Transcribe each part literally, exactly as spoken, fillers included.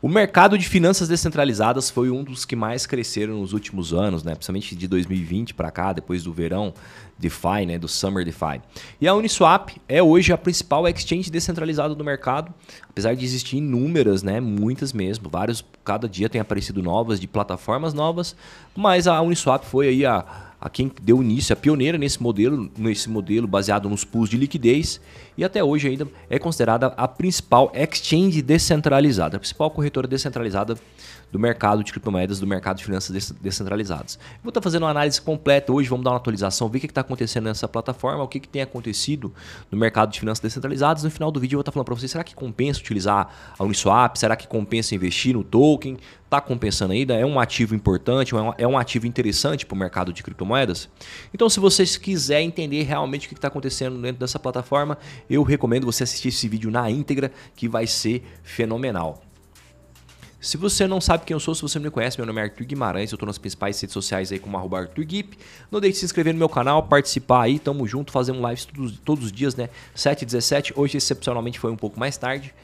O mercado de finanças descentralizadas foi um dos que mais cresceram nos últimos anos, né? Principalmente de dois mil e vinte para cá, depois do verão DeFi, né? Do Summer DeFi. E a Uniswap é hoje a principal exchange descentralizada do mercado, apesar de existir inúmeras, né? Muitas mesmo, vários, cada dia tem aparecido novas, de plataformas novas, mas a Uniswap foi aí a, a quem deu início, a pioneira nesse modelo, nesse modelo baseado nos pools de liquidez, e até hoje ainda é considerada a principal exchange descentralizada, a principal corretora descentralizada do mercado de criptomoedas, do mercado de finanças descentralizadas. Vou estar fazendo uma análise completa hoje, vamos dar uma atualização, ver o que está acontecendo nessa plataforma, o que, que tem acontecido no mercado de finanças descentralizadas. No final do vídeo eu vou estar falando para vocês, será que compensa utilizar a Uniswap? Será que compensa investir no token? Está compensando ainda? É um ativo importante? É um ativo interessante para o mercado de criptomoedas? Então, se vocês quiserem entender realmente o que está acontecendo dentro dessa plataforma, eu recomendo você assistir esse vídeo na íntegra, que vai ser fenomenal. Se você não sabe quem eu sou, se você não me conhece, meu nome é Arthur Guimarães, eu estou nas principais redes sociais aí como arroba Arthur Guip. Não deixe de se inscrever no meu canal, participar aí, tamo junto, fazendo lives todos, todos os dias, né? sete e dezessete, hoje excepcionalmente foi um pouco mais tarde.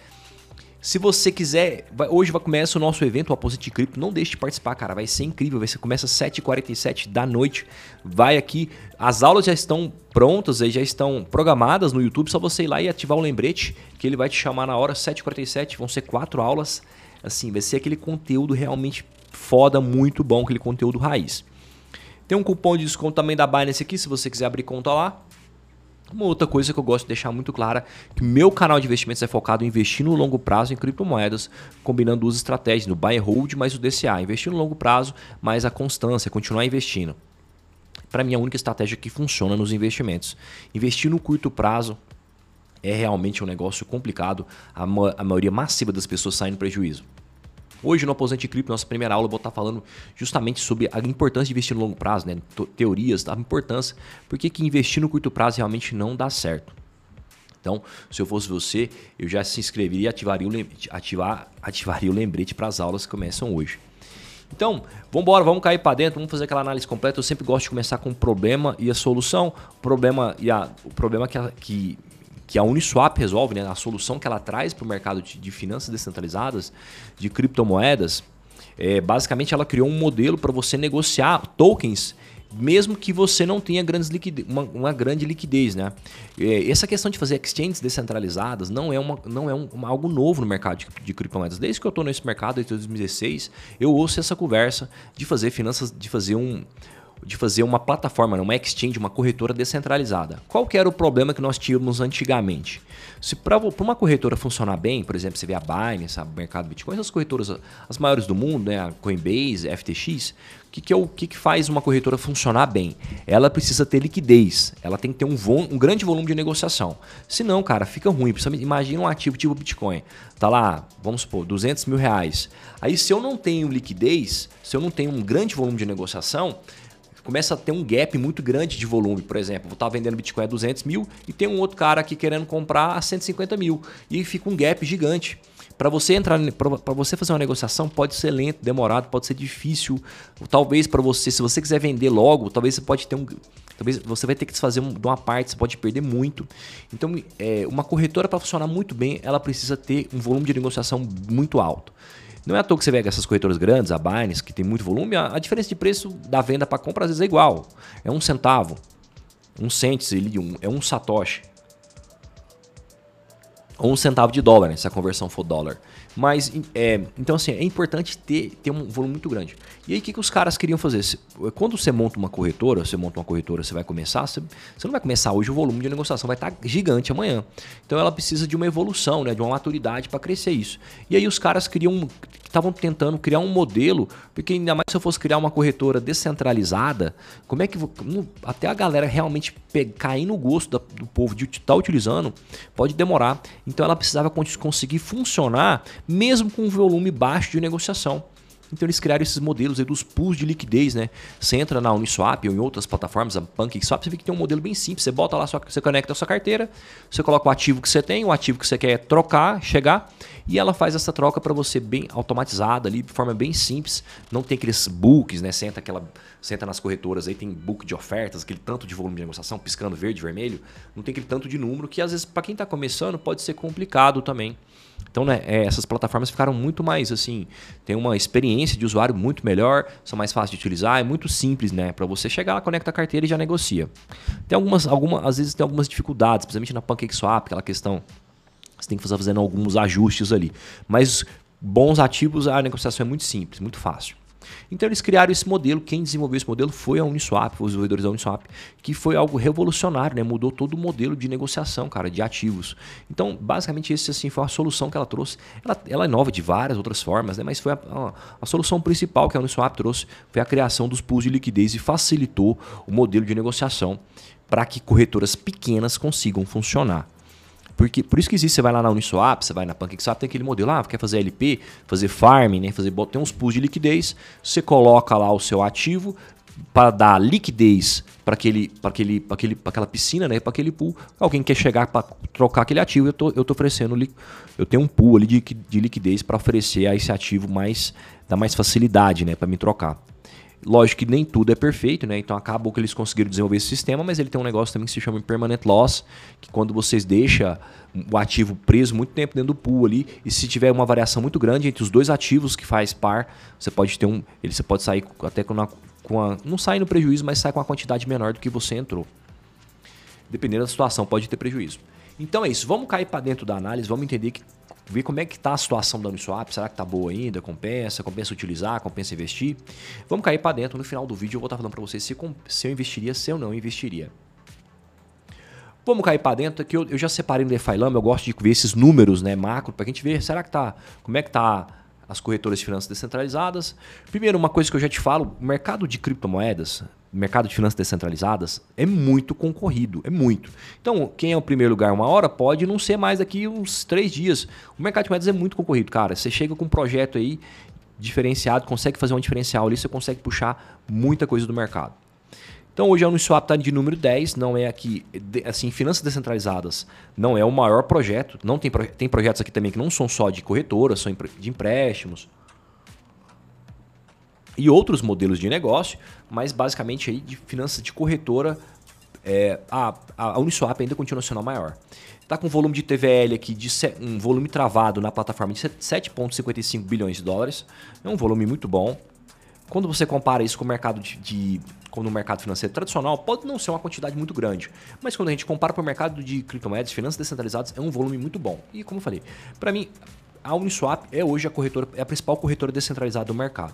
Se você quiser, vai, hoje vai começar o nosso evento, o Aposente Cripto, não deixe de participar, cara, vai ser incrível, vai ser, começa às sete e quarenta e sete da noite, vai aqui, as aulas já estão prontas, já estão programadas no YouTube, só você ir lá e ativar o lembrete, que ele vai te chamar na hora, sete e quarenta e sete, vão ser quatro aulas, assim, vai ser aquele conteúdo realmente foda, muito bom, aquele conteúdo raiz. Tem um cupom de desconto também da Binance aqui, se você quiser abrir conta lá. Uma outra coisa que eu gosto de deixar muito clara, que meu canal de investimentos é focado em investir no longo prazo em criptomoedas, combinando duas estratégias, no buy and hold mais o D C A. Investir no longo prazo, mais a constância, continuar investindo. Para mim, a única estratégia que funciona nos investimentos. Investir no curto prazo é realmente um negócio complicado, a, ma a maioria massiva das pessoas saem no prejuízo. Hoje no Aposente Cripto, nossa primeira aula, eu vou estar falando justamente sobre a importância de investir no longo prazo, né? Teorias, a importância, porque que investir no curto prazo realmente não dá certo. Então, se eu fosse você, eu já se inscreveria e ativaria o lembrete, ativar, ativaria o lembrete para as aulas que começam hoje. Então, vamos embora, vamos cair para dentro, vamos fazer aquela análise completa. Eu sempre gosto de começar com o problema e a solução. O problema, e a, o problema que, a, que que a Uniswap resolve, né? A solução que ela traz para o mercado de, de finanças descentralizadas, de criptomoedas, é, basicamente ela criou um modelo para você negociar tokens, mesmo que você não tenha grandes liquidez, uma, uma grande liquidez, né? É, essa questão de fazer exchanges descentralizadas não é, uma, não é um, uma, algo novo no mercado de, de criptomoedas. Desde que eu estou nesse mercado, desde dois mil e dezesseis, eu ouço essa conversa de fazer finanças, de fazer um... de fazer uma plataforma, uma exchange, uma corretora descentralizada. Qual que era o problema que nós tínhamos antigamente? Se para uma corretora funcionar bem, por exemplo, você vê a Binance, o mercado Bitcoin, as corretoras as maiores do mundo, né, a Coinbase, a F T X, o que, que, é o, que, que faz uma corretora funcionar bem? Ela precisa ter liquidez, ela tem que ter um, vo, um grande volume de negociação. Senão, cara, fica ruim. Imagina um ativo tipo Bitcoin, tá lá, vamos supor, duzentos mil reais. Aí se eu não tenho liquidez, se eu não tenho um grande volume de negociação, começa a ter um gap muito grande de volume. Por exemplo, eu estava vendendo Bitcoin a duzentos mil e tem um outro cara aqui querendo comprar a cento e cinquenta mil. E fica um gap gigante. Para você entrar, para você fazer uma negociação, pode ser lento, demorado, pode ser difícil. Talvez para você, se você quiser vender logo, talvez você pode ter um, talvez você vai ter que desfazer de uma parte, você pode perder muito. Então, é, uma corretora para funcionar muito bem, ela precisa ter um volume de negociação muito alto. Não é à toa que você vê essas corretoras grandes, a Binance, que tem muito volume, a, a diferença de preço da venda para compra às vezes é igual. É um centavo, um cêntimo, um, é um satoshi. Ou um centavo de dólar, né, se a conversão for dólar. Mas, é, então assim, é importante ter, ter um volume muito grande. E aí, o que, que os caras queriam fazer? Quando você monta uma corretora, você monta uma corretora, você vai começar, você, você não vai começar hoje, o volume de negociação vai estar gigante amanhã. Então, ela precisa de uma evolução, né, de uma maturidade para crescer isso. E aí, os caras queriam, estavam tentando criar um modelo, porque ainda mais se eu fosse criar uma corretora descentralizada, como é que, até a galera realmente pegar, cair no gosto da, do povo de estar utilizando, pode demorar. Então, ela precisava conseguir funcionar mesmo com um volume baixo de negociação. Então eles criaram esses modelos aí dos pools de liquidez, né? Você entra na Uniswap ou em outras plataformas, a PancakeSwap, você vê que tem um modelo bem simples. Você bota lá, só que você conecta a sua carteira, você coloca o ativo que você tem, o ativo que você quer trocar, chegar, e ela faz essa troca para você bem automatizada ali, de forma bem simples. Não tem aqueles books, né? Você entra, aquela, você entra nas corretoras aí, tem book de ofertas, aquele tanto de volume de negociação, piscando verde, vermelho. Não tem aquele tanto de número que às vezes para quem está começando pode ser complicado também. Então, né, é, essas plataformas ficaram muito mais assim, tem uma experiência de usuário muito melhor, são mais fáceis de utilizar, é muito simples, né, para você chegar lá, conecta a carteira e já negocia. Tem algumas, alguma, às vezes tem algumas dificuldades, principalmente na PancakeSwap, aquela questão, você tem que fazer fazendo alguns ajustes ali, mas bons ativos, a negociação é muito simples, muito fácil. Então eles criaram esse modelo, quem desenvolveu esse modelo foi a Uniswap, os desenvolvedores da Uniswap, que foi algo revolucionário, né? Mudou todo o modelo de negociação, cara, de ativos. Então, basicamente, esse assim, foi a solução que ela trouxe. Ela, ela é nova de várias outras formas, né? Mas foi a, a, a solução principal que a Uniswap trouxe, foi a criação dos pools de liquidez e facilitou o modelo de negociação para que corretoras pequenas consigam funcionar. Porque, por isso que existe, você vai lá na Uniswap, você vai na PancakeSwap, tem aquele modelo, ah, quer fazer L P, fazer farming, né, fazer, tem uns pools de liquidez, você coloca lá o seu ativo para dar liquidez para aquele, para aquele, para aquele, para aquela piscina, né, para aquele pool. Alguém quer chegar para trocar aquele ativo, eu tô, eu tô oferecendo, eu tenho um pool ali de, de liquidez para oferecer a esse ativo mais, dá mais facilidade, né, para me trocar. Lógico que nem tudo é perfeito, né? Então acabou que eles conseguiram desenvolver esse sistema, mas ele tem um negócio também que se chama Permanent Loss, que quando vocês deixam o ativo preso muito tempo dentro do pool ali, e se tiver uma variação muito grande entre os dois ativos que faz par, você pode ter um, ele você pode sair até com, uma, com a, não sai no prejuízo, mas sai com uma quantidade menor do que você entrou. Dependendo da situação, pode ter prejuízo. Então é isso, vamos cair para dentro da análise, vamos entender que ver como é que está a situação da Uniswap, será que está boa ainda, compensa, compensa utilizar, compensa investir. Vamos cair para dentro, no final do vídeo eu vou estar falando para vocês se, se eu investiria, se eu não investiria. Vamos cair para dentro, que eu, eu já separei no DeFi Lama, eu gosto de ver esses números, né, macro, para a gente ver, será que tá, como é que está as corretoras de finanças descentralizadas. Primeiro, uma coisa que eu já te falo, o mercado de criptomoedas, o mercado de finanças descentralizadas é muito concorrido, é muito. Então, quem é o primeiro lugar uma hora pode não ser mais daqui uns três dias. O mercado de moedas é muito concorrido, cara. Você chega com um projeto aí diferenciado, consegue fazer um diferencial ali, você consegue puxar muita coisa do mercado. Então, hoje a Uniswap está de número dez, não é aqui, assim, finanças descentralizadas não é o maior projeto, não tem, tem projetos aqui também que não são só de corretora, são de empréstimos e outros modelos de negócio, mas basicamente aí de finanças de corretora, é, a, a Uniswap ainda continua sendo a maior. Está com volume de T V L aqui, de um volume travado na plataforma de sete vírgula cinquenta e cinco bilhões de dólares, é um volume muito bom. Quando você compara isso com o mercado de, de como no mercado financeiro tradicional, pode não ser uma quantidade muito grande, mas quando a gente compara para o mercado de criptomoedas, finanças descentralizadas, é um volume muito bom. E como eu falei, para mim, a Uniswap é hoje a corretora, é a principal corretora descentralizada do mercado.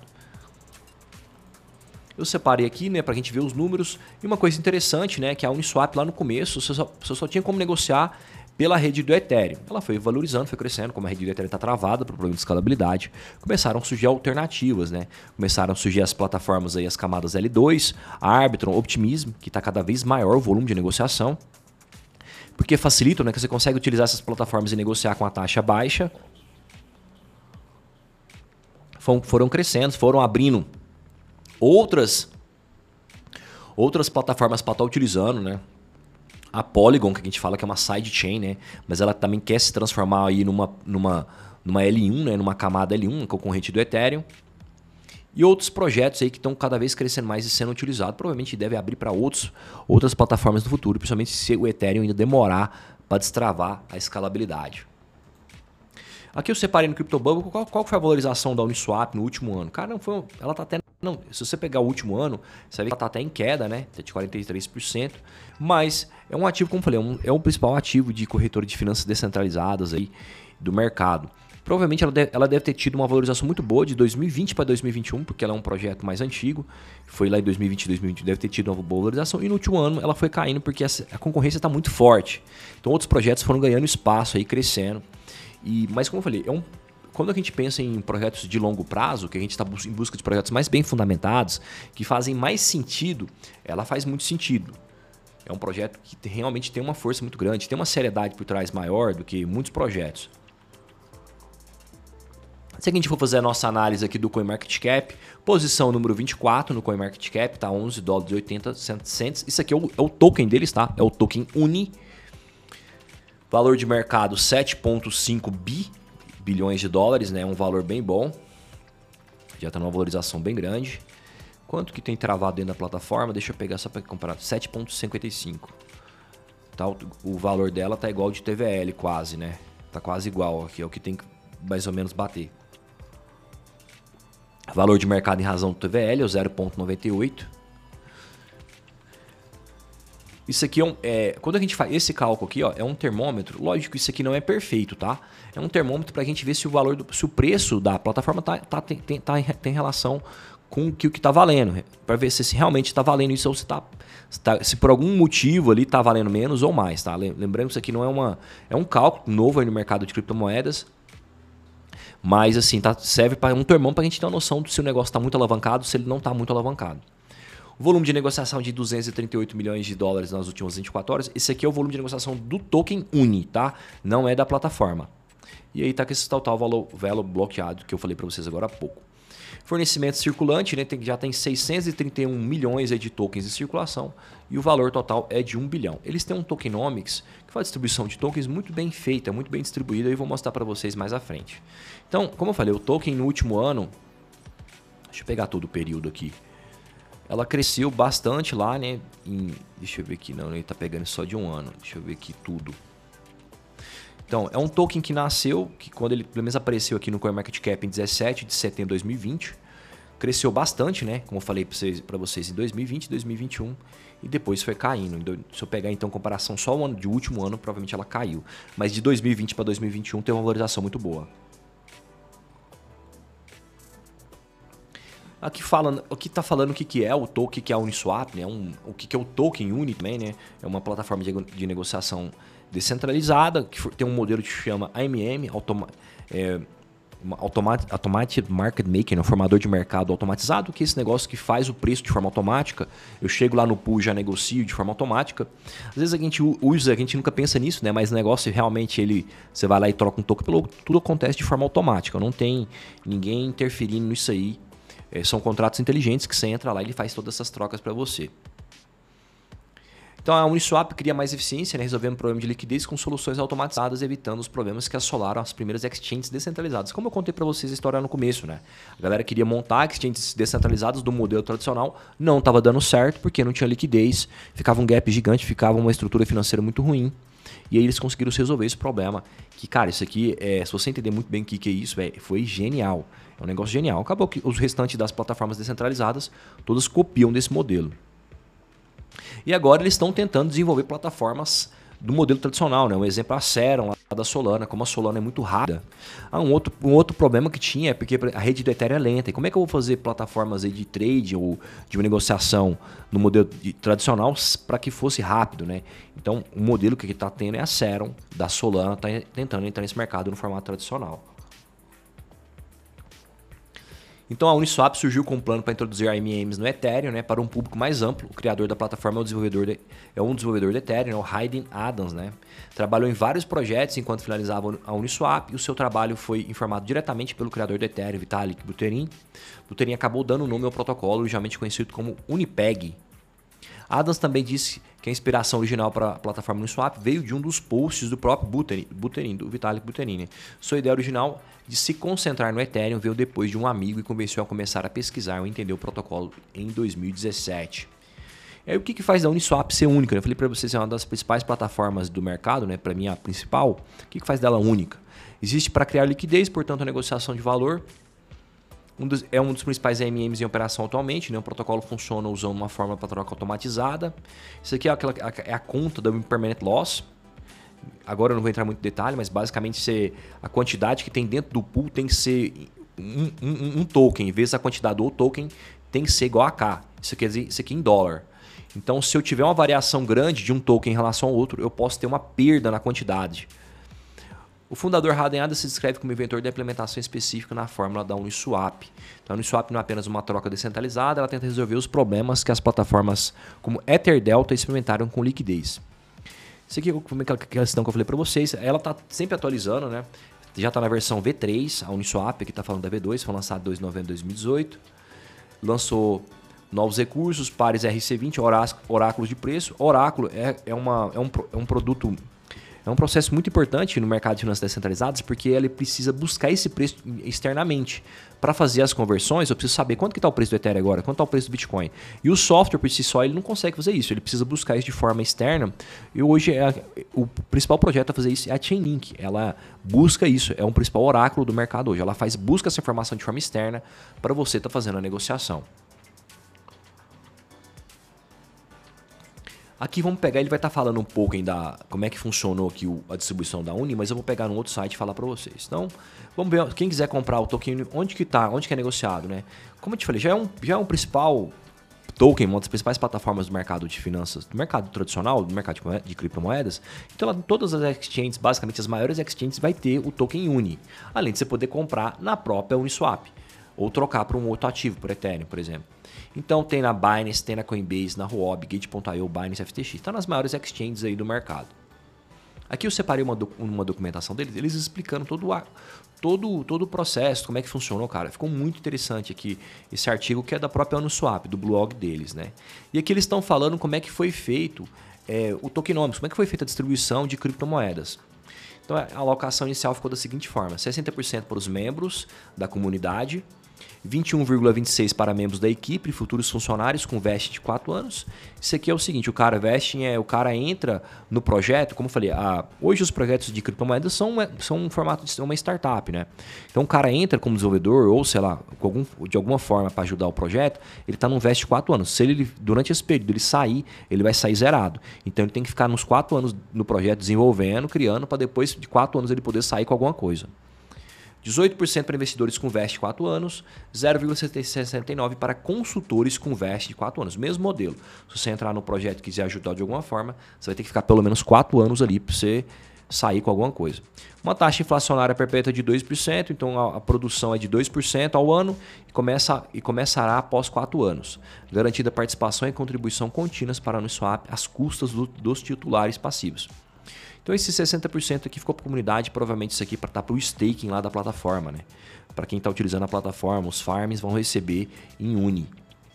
Eu separei aqui, né, para a gente ver os números. E uma coisa interessante, né, que a Uniswap lá no começo, você só, você só tinha como negociar pela rede do Ethereum. Ela foi valorizando, foi crescendo, como a rede do Ethereum está travada por problema de escalabilidade. Começaram a surgir alternativas, né? Começaram a surgir as plataformas aí, as camadas L dois, a Arbitrum, Optimism, que está cada vez maior o volume de negociação. Porque facilita, né, que você consegue utilizar essas plataformas e negociar com a taxa baixa. Foram crescendo, foram abrindo outras outras plataformas para estar utilizando, né? A Polygon, que a gente fala que é uma sidechain, né? Mas ela também quer se transformar aí numa, numa, numa L um, né? Numa camada L um, concorrente do Ethereum. E outros projetos aí que estão cada vez crescendo mais e sendo utilizados. Provavelmente deve abrir para outras plataformas no futuro, principalmente se o Ethereum ainda demorar para destravar a escalabilidade. Aqui eu separei no CryptoBubble qual, qual foi a valorização da Uniswap no último ano. Cara, não foi, ela está até... Não, se você pegar o último ano, você vai ver que ela está até em queda, né? De quarenta e três por cento. Mas é um ativo, como eu falei, é, um, é o principal ativo de corretora de finanças descentralizadas aí do mercado. Provavelmente ela deve, ela deve ter tido uma valorização muito boa de dois mil e vinte para dois mil e vinte e um, porque ela é um projeto mais antigo. Foi lá em dois mil e vinte e dois mil e vinte e um, deve ter tido uma boa valorização. E no último ano ela foi caindo porque essa, a concorrência está muito forte. Então outros projetos foram ganhando espaço aí, crescendo. E, mas como eu falei, é um... Quando a gente pensa em projetos de longo prazo, que a gente está em busca de projetos mais bem fundamentados, que fazem mais sentido, ela faz muito sentido. É um projeto que realmente tem uma força muito grande, tem uma seriedade por trás maior do que muitos projetos. Se a gente for fazer a nossa análise aqui do CoinMarketCap, posição número vinte e quatro no CoinMarketCap, tá onze dólares e oitenta centavos. Isso aqui é o, é o token deles, tá? É o token Uni. Valor de mercado sete vírgula cinco bi, bilhões de dólares, né? Um valor bem bom. Já está numa valorização bem grande. Quanto que tem travado dentro da plataforma? Deixa eu pegar só para comparar. sete vírgula cinquenta e cinco. Tá, o, o valor dela tá igual de T V L quase, né? Tá quase igual aqui, é o que tem que mais ou menos bater. Valor de mercado em razão do T V L é o zero vírgula noventa e oito. Isso aqui é, um, é quando a gente faz esse cálculo aqui, ó, é um termômetro. Lógico, isso aqui não é perfeito, tá? É um termômetro para a gente ver se o valor, do, se o preço da plataforma tá, tá, tem, tem, tá, tem relação com o que está valendo, para ver se, se realmente está valendo isso ou se, tá, se, tá, se por algum motivo ali está valendo menos ou mais, tá? Lembrando que isso aqui não é uma, é um cálculo novo aí no mercado de criptomoedas. Mas assim, tá, serve para um termômetro para a gente ter uma noção de se o negócio está muito alavancado, se ele não está muito alavancado. O volume de negociação de duzentos e trinta e oito milhões de dólares nas últimas vinte e quatro horas. Esse aqui é o volume de negociação do token Uni, tá? Não é da plataforma. E aí tá com esse total valor, valor bloqueado que eu falei para vocês agora há pouco. Fornecimento circulante, né? Tem, já tem seiscentos e trinta e um milhões aí de tokens em circulação e o valor total é de um bilhão. Eles têm um tokenomics, que faz distribuição de tokens muito bem feita, muito bem distribuída, e eu vou mostrar para vocês mais à frente. Então, como eu falei, o token no último ano, deixa eu pegar todo o período aqui, ela cresceu bastante lá, né? Em, deixa eu ver aqui, não, ele tá pegando só de um ano, deixa eu ver aqui tudo. Então, é um token que nasceu, que quando ele pelo menos apareceu aqui no CoinMarketCap em dezessete de setembro de dois mil e vinte, cresceu bastante, né? Como eu falei para vocês, para vocês em dois mil e vinte, dois mil e vinte e um, e depois foi caindo. Se eu pegar então comparação só o ano de último ano, provavelmente ela caiu. Mas de dois mil e vinte para dois mil e vinte e um tem uma valorização muito boa. Aqui falando, aqui tá falando o que, que é o token, que é a Uniswap, né? Um, o que, que é o token Uni também, né? É uma plataforma de, de negociação descentralizada, que for, tem um modelo que se chama A M M, automa, é, automat, Automated Market Maker, né? Um formador de mercado automatizado, que é esse negócio que faz o preço de forma automática. Eu chego lá no pool e já negocio de forma automática. Às vezes a gente usa, a gente nunca pensa nisso, né? Mas o negócio realmente, ele, você vai lá e troca um token, pelo, tudo acontece de forma automática. Não tem ninguém interferindo nisso aí. É, são contratos inteligentes que você entra lá e ele faz todas essas trocas para você. Então a Uniswap cria mais eficiência, né, resolvendo o problema de liquidez com soluções automatizadas, evitando os problemas que assolaram as primeiras exchanges descentralizadas. Como eu contei para vocês a história no começo, né? A galera queria montar exchanges descentralizadas do modelo tradicional, não estava dando certo porque não tinha liquidez, ficava um gap gigante, ficava uma estrutura financeira muito ruim. E aí eles conseguiram resolver esse problema. Que, cara, isso aqui, é, se você entender muito bem o que, que é isso, é, foi genial. É um negócio genial. Acabou que os restantes das plataformas descentralizadas, todas copiam desse modelo. E agora eles estão tentando desenvolver plataformas do modelo tradicional, né? Um exemplo é a Serum, lá da Solana, como a Solana é muito rápida. Ah, um, outro, um outro problema que tinha é porque a rede do Ethereum é lenta. E como é que eu vou fazer plataformas aí de trade ou de negociação no modelo de, tradicional para que fosse rápido, né? Então, o modelo que está tendo é a Serum, da Solana, está tentando entrar nesse mercado no formato tradicional. Então a Uniswap surgiu com um plano para introduzir A M Ms no Ethereum, né, para um público mais amplo. O criador da plataforma é, o desenvolvedor de, é um desenvolvedor do Ethereum, é o Hayden Adams. Né? Trabalhou em vários projetos enquanto finalizava a Uniswap e o seu trabalho foi informado diretamente pelo criador do Ethereum, Vitalik Buterin. Buterin acabou dando o nome ao protocolo, originalmente conhecido como Unipeg. Adams também disse que a inspiração original para a plataforma Uniswap veio de um dos posts do próprio Buterin, Buterin do Vitalik Buterin. Né? Sua ideia original de se concentrar no Ethereum veio depois de um amigo e convenceu a começar a pesquisar ou entender o protocolo em dois mil e dezessete. E aí, o que, que faz da Uniswap ser única? Eu falei para vocês, é uma das principais plataformas do mercado, né? Para mim a principal. O que, que faz dela única? Existe para criar liquidez, portanto a negociação de valor. Um dos, é um dos principais A M Ms em operação atualmente, né? O protocolo funciona usando uma forma para troca automatizada. Isso aqui é, aquela, é a conta do Impermanent Loss. Agora eu não vou entrar muito em detalhe, mas basicamente você, a quantidade que tem dentro do pool tem que ser um, um, um token, em vez da quantidade do token tem que ser igual a K. Isso quer dizer isso aqui em dólar. Então, se eu tiver uma variação grande de um token em relação ao outro, eu posso ter uma perda na quantidade. O fundador Hayden Adams se descreve como inventor da implementação específica na fórmula da Uniswap. Então, a Uniswap não é apenas uma troca descentralizada, ela tenta resolver os problemas que as plataformas como EtherDelta experimentaram com liquidez. Isso aqui é aquela questão que eu falei para vocês, ela está sempre atualizando, né? Já está na versão V três, a Uniswap, aqui está falando da V dois, foi lançado em dois de novembro de dois mil e dezoito. Lançou novos recursos, pares R C vinte, oráculos de preço. Oráculo é, é, uma, é, um, é um produto, é um processo muito importante no mercado de finanças descentralizadas, porque ele precisa buscar esse preço externamente. Para fazer as conversões, eu preciso saber quanto que está o preço do Ethereum agora, quanto está o preço do Bitcoin. E o software por si só ele não consegue fazer isso, ele precisa buscar isso de forma externa. E hoje é, o principal projeto a fazer isso é a Chainlink. Ela busca isso, é um principal oráculo do mercado hoje. Ela faz, busca essa informação de forma externa para você estar tá fazendo a negociação. Aqui vamos pegar, ele vai estar tá falando um pouco ainda como é que funcionou aqui o, a distribuição da Uni, mas eu vou pegar num outro site e falar para vocês. Então, vamos ver, quem quiser comprar o token, onde que tá, onde que é negociado, né? Como eu te falei, já é um, já é um principal token, uma das principais plataformas do mercado de finanças, do mercado tradicional, do mercado de, de criptomoedas. Então, lá, todas as exchanges, basicamente as maiores exchanges, vai ter o token Uni, além de você poder comprar na própria Uniswap ou trocar para um outro ativo, por Ethereum, por exemplo. Então tem na Binance, tem na Coinbase, na Huobi, Gate ponto i o, Binance F T X. Está nas maiores exchanges aí do mercado. Aqui eu separei uma, uma documentação deles, eles explicando todo o, todo, todo o processo, como é que funcionou, cara. Ficou muito interessante aqui esse artigo que é da própria Uniswap, do blog deles, né? E aqui eles estão falando como é que foi feito é, o tokenomics, como é que foi feita a distribuição de criptomoedas. Então a alocação inicial ficou da seguinte forma, sessenta por cento para os membros da comunidade, vinte e um vírgula vinte e seis por cento para membros da equipe e futuros funcionários com veste de quatro anos. Isso aqui é o seguinte, o cara vesting é, o cara entra no projeto, como eu falei, a, hoje os projetos de criptomoedas são, são um formato de uma startup, né? Então o cara entra como desenvolvedor ou, sei lá, com algum, de alguma forma para ajudar o projeto, ele está num veste de quatro anos. Se ele, durante esse período ele sair, ele vai sair zerado. Então ele tem que ficar nos quatro anos no projeto desenvolvendo, criando, para depois de quatro anos ele poder sair com alguma coisa. dezoito por cento para investidores com veste de quatro anos, zero vírgula sessenta e nove por cento para consultores com veste de quatro anos. Mesmo modelo. Se você entrar no projeto e quiser ajudar de alguma forma, você vai ter que ficar pelo menos quatro anos ali para você sair com alguma coisa. Uma taxa inflacionária perpétua de dois por cento, então a, a produção é de dois por cento ao ano e, começa, e começará após quatro anos. Garantida participação e contribuição contínuas para a Uniswap às custas do, dos titulares passivos. Então esse sessenta por cento aqui ficou para a comunidade, provavelmente isso aqui para estar para o staking lá da plataforma, né? Para quem está utilizando a plataforma, os farms vão receber em Uni.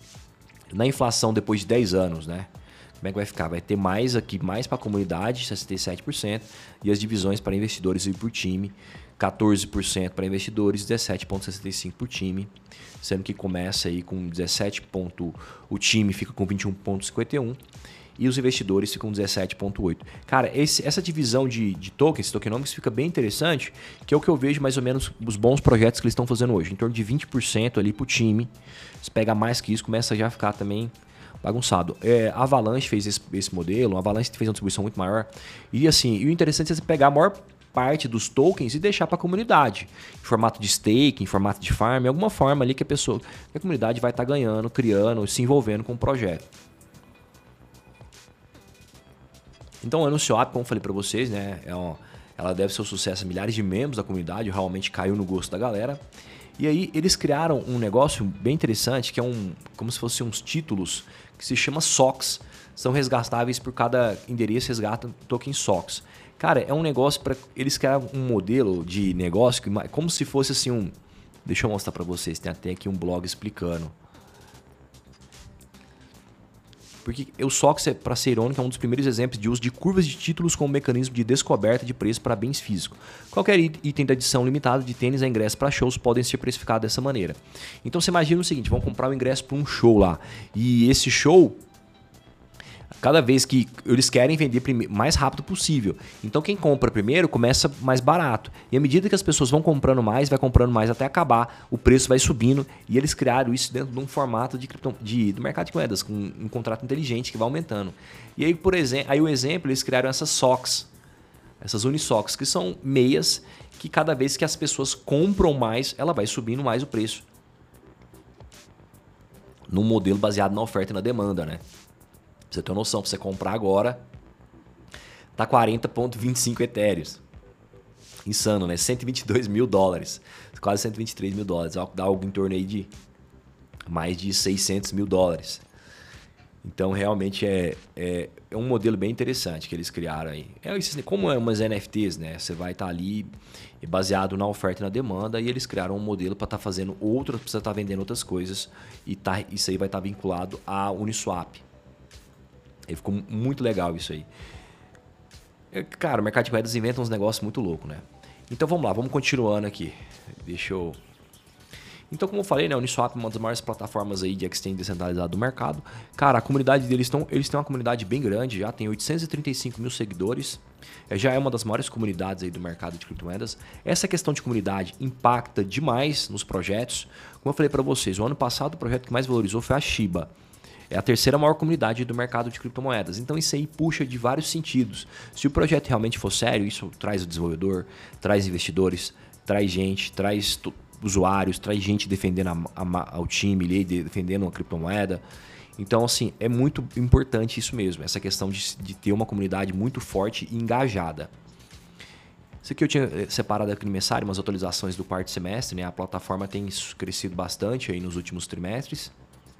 Na inflação depois de dez anos, né? Como é que vai ficar? Vai ter mais aqui, mais para a comunidade, sessenta e sete por cento, e as divisões para investidores e por time, quatorze por cento para investidores, dezessete vírgula sessenta e cinco por cento por time, sendo que começa aí com dezessete ponto, o time fica com vinte e um vírgula cinquenta e um e os investidores ficam dezessete vírgula oito. Cara, esse, essa divisão de, de tokens, tokenomics, fica bem interessante, que é o que eu vejo mais ou menos os bons projetos que eles estão fazendo hoje, em torno de vinte por cento ali para o time. Se pega mais que isso, começa já a ficar também bagunçado. É, a Avalanche fez esse, esse modelo, a Avalanche fez uma distribuição muito maior. E assim, e o interessante é você pegar a maior parte dos tokens e deixar para a comunidade, em formato de stake, em formato de farm, alguma forma ali que a pessoa, que a comunidade vai estar tá ganhando, criando, se envolvendo com o projeto. Então a Uniswap, como eu falei para vocês, né, é um, ela deve ser um sucesso a milhares de membros da comunidade, realmente caiu no gosto da galera. E aí eles criaram um negócio bem interessante, que é um, como se fossem uns títulos, que se chama S O Cs. São resgatáveis por cada endereço, resgata token S O Cs. Cara, é um negócio para eles criaram um modelo de negócio, que, como se fosse assim um... Deixa eu mostrar para vocês, tem até aqui um blog explicando. Porque o S O C, para ser irônico, é um dos primeiros exemplos de uso de curvas de títulos como mecanismo de descoberta de preço para bens físicos. Qualquer item da edição limitada de tênis a ingresso para shows podem ser precificados dessa maneira. Então você imagina o seguinte, vão comprar o ingresso para um show lá. E esse show, cada vez que eles querem vender mais rápido possível. Então quem compra primeiro começa mais barato. E à medida que as pessoas vão comprando mais, vai comprando mais até acabar, o preço vai subindo. E eles criaram isso dentro de um formato de, cripto, de do mercado de moedas, com um contrato inteligente que vai aumentando. E aí, por exemplo, aí o exemplo, eles criaram essas S O Cs, essas Unisocs, que são meias que cada vez que as pessoas compram mais, ela vai subindo mais o preço. Num modelo baseado na oferta e na demanda, né? Pra você ter uma noção, para você comprar agora, tá quarenta vírgula vinte e cinco etéreos. Insano, né? cento e vinte e dois mil dólares. Quase cento e vinte e três mil dólares. Dá algo em torno aí de mais de seiscentos mil dólares. Então, realmente é, é, é um modelo bem interessante que eles criaram aí. É, como é umas N F Ts, né? Você vai estar ali baseado na oferta e na demanda, e eles criaram um modelo para estar tá fazendo outras, para você estar tá vendendo outras coisas, e tá, isso aí vai estar tá vinculado à Uniswap. E ficou muito legal isso aí. Cara, o mercado de moedas inventa uns negócios muito loucos, né? Então vamos lá, vamos continuando aqui. Deixa eu... Então, como eu falei, né, a Uniswap é uma das maiores plataformas aí de exchange descentralizado do mercado. Cara, a comunidade deles tão, eles têm uma comunidade bem grande, já tem oitocentos e trinta e cinco mil seguidores. Já é uma das maiores comunidades aí do mercado de criptomoedas. Essa questão de comunidade impacta demais nos projetos. Como eu falei para vocês, o ano passado o projeto que mais valorizou foi a Shiba. É a terceira maior comunidade do mercado de criptomoedas. Então isso aí puxa de vários sentidos. Se o projeto realmente for sério, isso traz o desenvolvedor, traz investidores, traz gente, traz usuários, traz gente defendendo a, a, ao time, defendendo uma criptomoeda. Então, assim, é muito importante isso mesmo, essa questão de, de ter uma comunidade muito forte e engajada. Isso aqui eu tinha separado aqui no mensário, umas atualizações do quarto semestre, né? A plataforma tem crescido bastante aí nos últimos trimestres.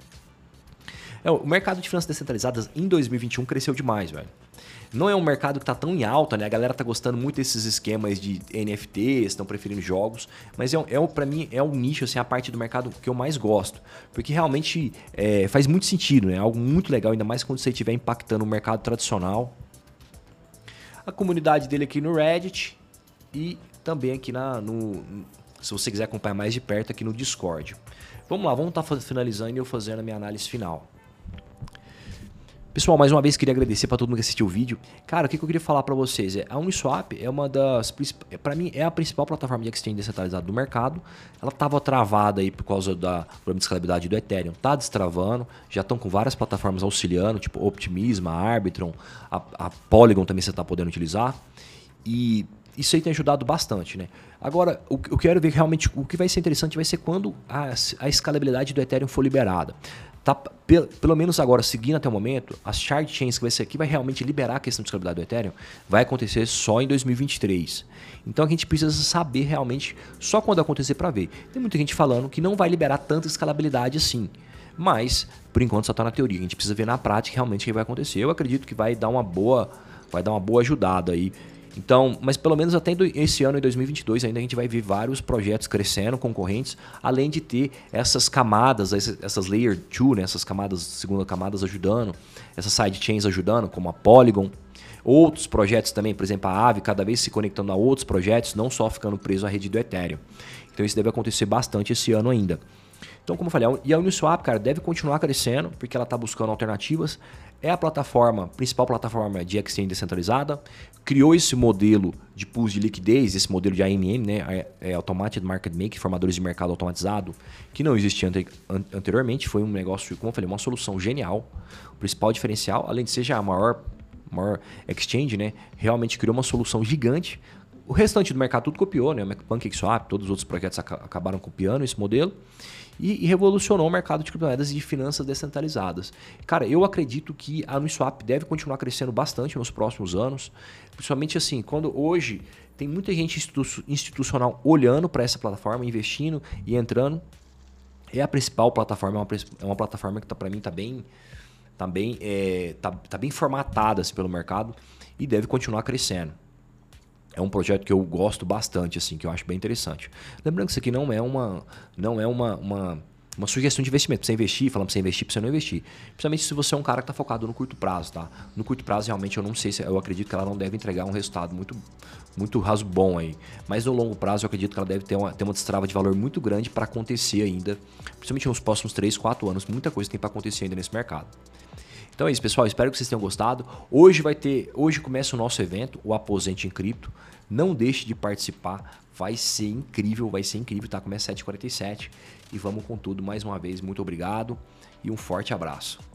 É, o mercado de finanças descentralizadas em dois mil e vinte e um cresceu demais, velho. Não é um mercado que está tão em alta, né? A galera tá gostando muito desses esquemas de N F Ts, estão preferindo jogos, mas é, é para mim é um nicho, assim, a parte do mercado que eu mais gosto, porque realmente é, faz muito sentido, né? Algo muito legal, ainda mais quando você estiver impactando o mercado tradicional. A comunidade dele aqui no Reddit e também aqui na, no, se você quiser acompanhar mais de perto aqui no Discord. Vamos lá, vamos estar tá finalizando e eu fazendo a minha análise final. Pessoal, mais uma vez queria agradecer para todo mundo que assistiu o vídeo. Cara, o que eu queria falar para vocês é a Uniswap é uma das, para mim é a principal plataforma de exchange descentralizado do mercado. Ela estava travada aí por causa da problema de escalabilidade do Ethereum, tá destravando, já estão com várias plataformas auxiliando, tipo Optimism, a Arbitrum, a, a Polygon também você está podendo utilizar. E isso aí tem ajudado bastante, né? Agora, o que eu quero ver realmente, o que vai ser interessante vai ser quando a, a escalabilidade do Ethereum for liberada. Tá, pelo, pelo menos agora, seguindo até o momento, as shard chains que vai ser aqui vai realmente liberar a questão de escalabilidade do Ethereum, vai acontecer só em dois mil e vinte e três. Então a gente precisa saber realmente só quando acontecer para ver. Tem muita gente falando que não vai liberar tanta escalabilidade assim, mas por enquanto só está na teoria. A gente precisa ver na prática realmente o que vai acontecer. Eu acredito que vai dar uma boa, vai dar uma boa ajudada aí. Então, mas pelo menos até esse ano, em dois mil e vinte e dois, ainda a gente vai ver vários projetos crescendo, concorrentes, além de ter essas camadas, essas Layer dois, né, essas camadas, segunda camadas ajudando, essas sidechains ajudando, como a Polygon. Outros projetos também, por exemplo, a Aave, cada vez se conectando a outros projetos, não só ficando preso à rede do Ethereum. Então isso deve acontecer bastante esse ano ainda. Então, como eu falei, e a Uniswap, cara, deve continuar crescendo, porque ela está buscando alternativas. É a plataforma, principal plataforma de exchange descentralizada. Criou esse modelo de pools de liquidez, esse modelo de A M M, né? É Automated Market Making, formadores de mercado automatizado, que não existia ante, anteriormente. Foi um negócio, como eu falei, uma solução genial. O principal diferencial, além de ser já a maior, maior exchange, né? Realmente criou uma solução gigante. O restante do mercado tudo copiou, né? O PancakeSwap, todos os outros projetos acabaram copiando esse modelo. E, e revolucionou o mercado de criptomoedas e de finanças descentralizadas. Cara, eu acredito que a Uniswap deve continuar crescendo bastante nos próximos anos. Principalmente assim, quando hoje tem muita gente institu institucional olhando para essa plataforma, investindo e entrando. É a principal plataforma, é uma, é uma plataforma que tá, para mim está bem, tá bem, é, tá, tá bem formatada assim, pelo mercado e deve continuar crescendo. É um projeto que eu gosto bastante, assim, que eu acho bem interessante. Lembrando que isso aqui não é uma, não é uma, uma, uma sugestão de investimento. Pra você investir, falando pra você investir, pra você não investir. Principalmente se você é um cara que tá focado no curto prazo, tá? No curto prazo, realmente, eu não sei se... Eu acredito que ela não deve entregar um resultado muito, muito raso bom aí. Mas no longo prazo, eu acredito que ela deve ter uma, ter uma destrava de valor muito grande para acontecer ainda. Principalmente nos próximos três, quatro anos. Muita coisa tem para acontecer ainda nesse mercado. Então é isso, pessoal. Espero que vocês tenham gostado. Hoje vai ter, hoje começa o nosso evento, o Aposente em Cripto. Não deixe de participar. Vai ser incrível, vai ser incrível, tá? Começa às sete e quarenta e sete e vamos com tudo mais uma vez. Muito obrigado e um forte abraço.